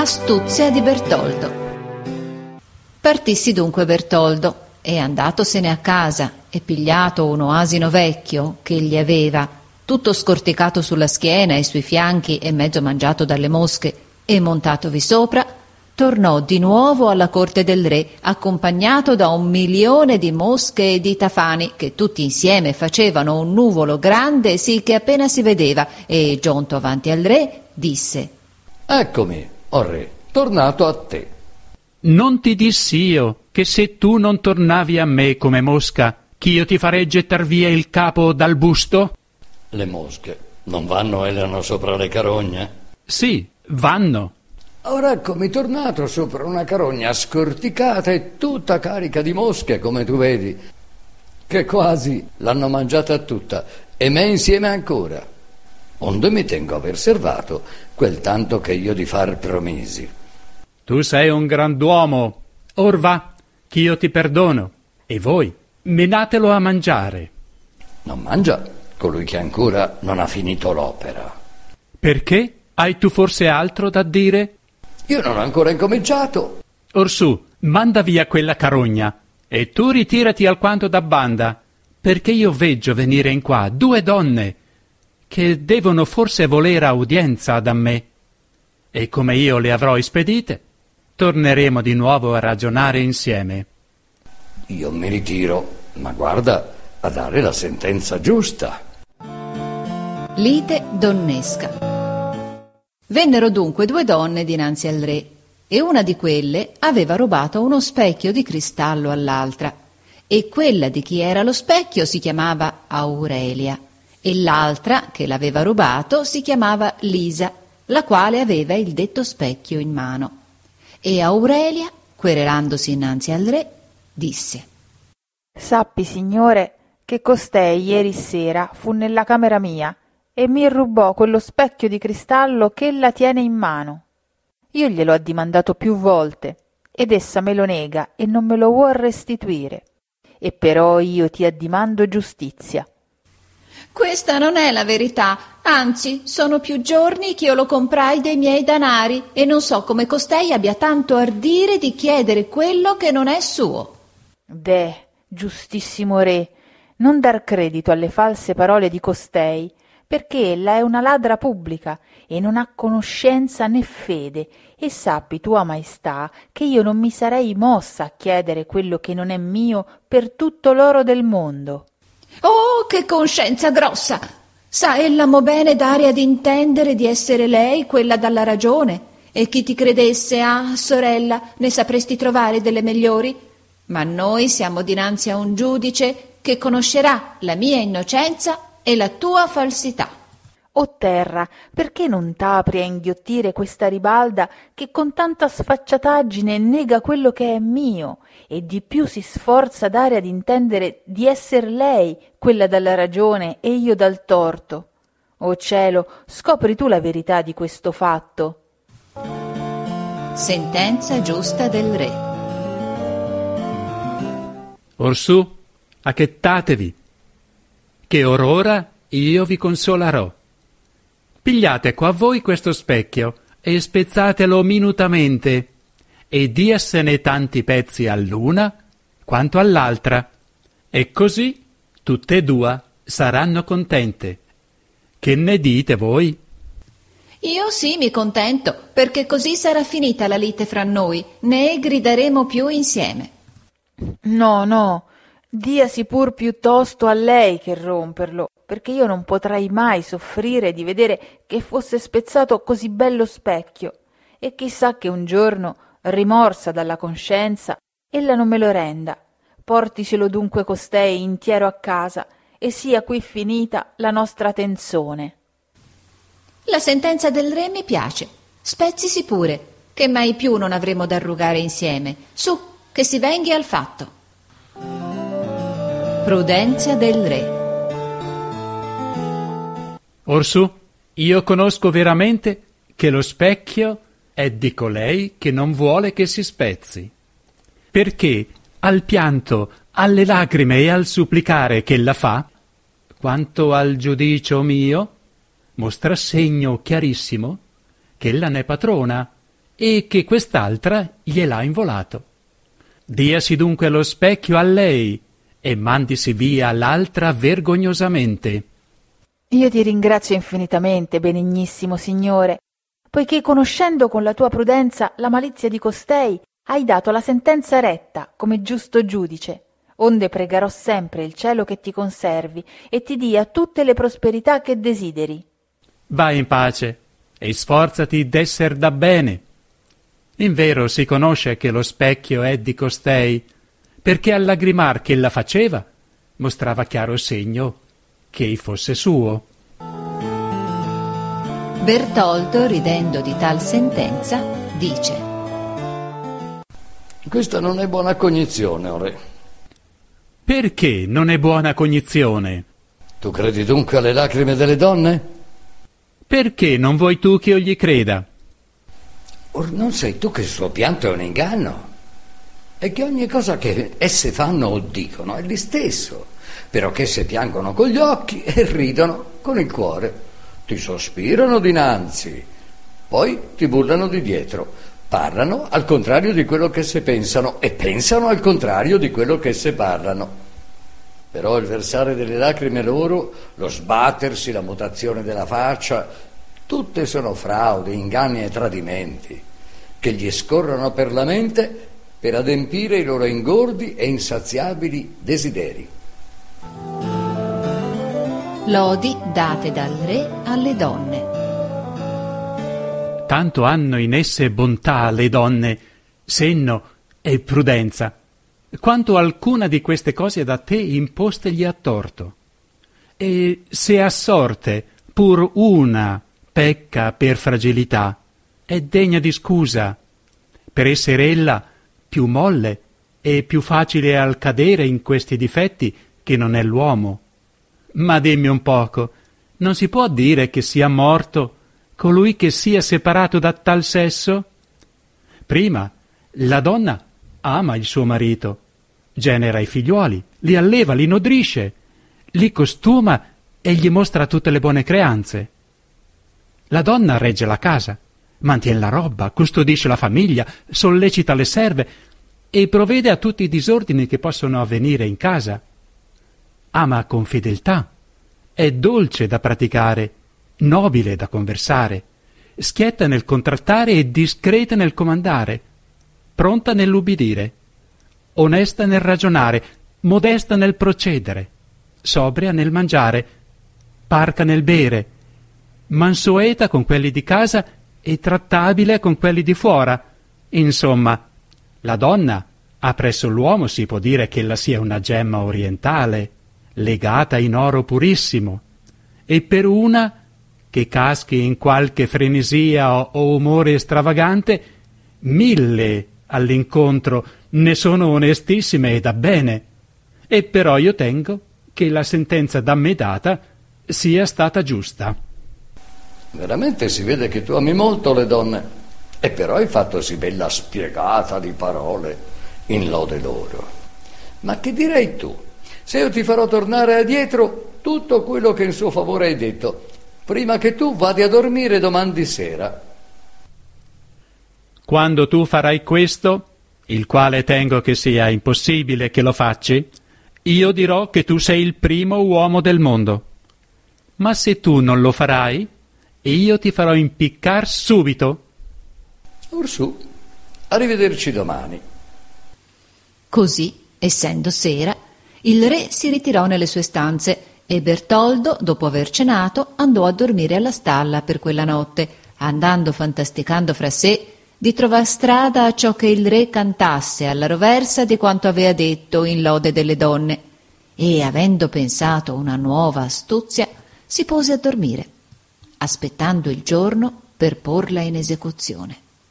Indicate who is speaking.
Speaker 1: Astuzia di Bertoldo. Partissi dunque Bertoldo, e andatosene a casa e pigliato uno asino vecchio che egli aveva, tutto scorticato sulla schiena e sui fianchi e mezzo mangiato dalle mosche, e montatovi sopra, tornò di nuovo alla corte del re, accompagnato da 1.000.000 di mosche e di tafani, che tutti insieme facevano un nuvolo grande sì che appena si vedeva, e giunto avanti al re disse:
Speaker 2: Eccomi, o re, tornato a te.
Speaker 3: Non ti dissi io che se tu non tornavi a me come mosca, ch'io ti farei gettar via il capo dal busto?
Speaker 2: Le mosche non vanno e erano sopra le carogne?
Speaker 3: Sì, vanno.
Speaker 2: Ora eccomi tornato sopra una carogna scorticata e tutta carica di mosche, come tu vedi, che quasi l'hanno mangiata tutta, e me insieme ancora. Onde mi tengo a aver servato quel tanto che io di far promisi.
Speaker 3: Tu sei un grand'uomo. Or va, ch'io ti perdono. E voi, menatelo a mangiare.
Speaker 2: Non mangia colui che ancora non ha finito l'opera.
Speaker 3: Perché? Hai tu forse altro da dire?
Speaker 2: Io non ho ancora incominciato.
Speaker 3: Orsù, manda via quella carogna, e tu ritirati alquanto da banda, perché io veggio venire in qua 2 donne, che devono forse volere audienza da me. E come io le avrò ispedite, torneremo di nuovo a ragionare insieme.
Speaker 2: Io mi ritiro, ma guarda a dare la sentenza giusta.
Speaker 1: Lite donnesca. Vennero dunque 2 donne dinanzi al re, e una di quelle aveva rubato uno specchio di cristallo all'altra, e quella di chi era lo specchio si chiamava Aurelia, e l'altra, che l'aveva rubato, si chiamava Lisa, la quale aveva il detto specchio in mano. E Aurelia, querelandosi innanzi al re, disse:
Speaker 4: Sappi, signore, che costei ieri sera fu nella camera mia e mi rubò quello specchio di cristallo ch'ella tiene in mano. Io glielo ho addimandato più volte, ed essa me lo nega e non me lo vuol restituire. E però io ti addimando giustizia.
Speaker 1: Questa non è la verità, anzi, sono più giorni che io lo comprai dei miei danari, e non so come costei abbia tanto ardire di chiedere quello che non è suo.
Speaker 4: Deh, giustissimo re, non dar credito alle false parole di costei, perché ella è una ladra pubblica e non ha conoscenza né fede, e sappi, tua maestà, che io non mi sarei mossa a chiedere quello che non è mio per tutto l'oro del mondo.
Speaker 1: Oh, che coscienza grossa! Sa ella mo bene dare ad intendere di essere lei quella dalla ragione, e chi ti credesse, sorella, ne sapresti trovare delle migliori? Ma noi siamo dinanzi a un giudice che conoscerà la mia innocenza e la tua falsità.
Speaker 4: O terra, perché non t'apri a inghiottire questa ribalda che con tanta sfacciataggine nega quello che è mio e di più si sforza dare ad intendere di esser lei quella dalla ragione e io dal torto? O cielo, scopri tu la verità di questo fatto.
Speaker 1: Sentenza giusta del re.
Speaker 3: Orsù, acchettatevi, che or ora io vi consolarò. Pigliate qua voi questo specchio e spezzatelo minutamente, e diasene tanti pezzi all'una quanto all'altra, e così tutte e 2 saranno contente. Che ne dite voi?
Speaker 1: Io sì mi contento, perché così sarà finita la lite fra noi, né grideremo più insieme.
Speaker 4: No, no, diasi pur piuttosto a lei che romperlo, perché io non potrei mai soffrire di vedere che fosse spezzato così bello specchio, e chissà che un giorno, rimorsa dalla coscienza, ella non me lo renda. Portiselo dunque costei intiero a casa, e sia qui finita la nostra tenzone.
Speaker 1: La sentenza del re mi piace, spezzisi pure, che mai più non avremo da rugare insieme. Su, che si venghi al fatto. Prudenza del re.
Speaker 3: Orsù, io conosco veramente che lo specchio è di colei che non vuole che si spezzi, perché al pianto, alle lagrime e al supplicare che la fa, quanto al giudicio mio, mostra segno chiarissimo che ella n'è padrona e che quest'altra gliel'ha involato. Diasi dunque lo specchio a lei e mandisi via l'altra vergognosamente.
Speaker 4: Io ti ringrazio infinitamente, benignissimo Signore, poiché conoscendo con la tua prudenza la malizia di costei, hai dato la sentenza retta come giusto giudice. Onde pregherò sempre il cielo che ti conservi e ti dia tutte le prosperità che desideri.
Speaker 3: Vai in pace e sforzati d'esser da bene. Invero si conosce che lo specchio è di costei, perché al lagrimar che la faceva mostrava chiaro segno che fosse suo.
Speaker 1: Bertoldo, ridendo di tal sentenza, dice:
Speaker 2: Questa non è buona cognizione, o re.
Speaker 3: Perché non è buona cognizione?
Speaker 2: Tu credi dunque alle lacrime delle donne?
Speaker 3: Perché non vuoi tu che io gli creda?
Speaker 2: Or non sei tu che il suo pianto è un inganno? E che ogni cosa che esse fanno o dicono è lì stesso, però che esse piangono con gli occhi e ridono con il cuore. Ti sospirano dinanzi, poi ti bullano di dietro, parlano al contrario di quello che se pensano e pensano al contrario di quello che se parlano. Però il versare delle lacrime loro, lo sbattersi, la mutazione della faccia, tutte sono frodi, inganni e tradimenti che gli scorrono per la mente per adempire i loro ingordi e insaziabili desideri.
Speaker 1: Lodi date dal re alle donne.
Speaker 3: Tanto hanno in esse bontà le donne, senno e prudenza, quanto alcuna di queste cose da te imposte gli ha torto. E se a sorte pur una pecca per fragilità, è degna di scusa, per essere ella più molle e più facile al cadere in questi difetti che non è l'uomo. Ma dimmi un poco, non si può dire che sia morto colui che sia separato da tal sesso? Prima, la donna ama il suo marito, genera i figliuoli, li alleva, li nodrisce, li costuma e gli mostra tutte le buone creanze. La donna regge la casa, mantiene la roba, custodisce la famiglia, sollecita le serve e provvede a tutti i disordini che possono avvenire in casa. Ama con fedeltà, è dolce da praticare, nobile da conversare, schietta nel contrattare e discreta nel comandare, pronta nell'ubbidire, onesta nel ragionare, modesta nel procedere, sobria nel mangiare, parca nel bere, mansueta con quelli di casa e trattabile con quelli di fuora. Insomma, la donna ha presso l'uomo si può dire che ella sia una gemma orientale, legata in oro purissimo, e per una che caschi in qualche frenesia o umore stravagante, 1000 all'incontro ne sono onestissime e da bene. E però io tengo che la sentenza da me data sia stata giusta.
Speaker 2: Veramente si vede che tu ami molto le donne, e però hai fatto sì bella spiegata di parole in lode loro. Ma che direi tu se io ti farò tornare addietro tutto quello che in suo favore hai detto, prima che tu vadi a dormire domani sera?
Speaker 3: Quando tu farai questo, il quale tengo che sia impossibile che lo facci, io dirò che tu sei il primo uomo del mondo. Ma se tu non lo farai, io ti farò impiccar subito.
Speaker 2: Orsù, arrivederci domani.
Speaker 1: Così, essendo sera, il re si ritirò nelle sue stanze e Bertoldo, dopo aver cenato, andò a dormire alla stalla per quella notte, andando fantasticando fra sé di trovar strada a ciò che il re cantasse alla roversa di quanto avea detto in lode delle donne, e, avendo pensato una nuova astuzia, si pose a dormire, aspettando il giorno per porla in esecuzione.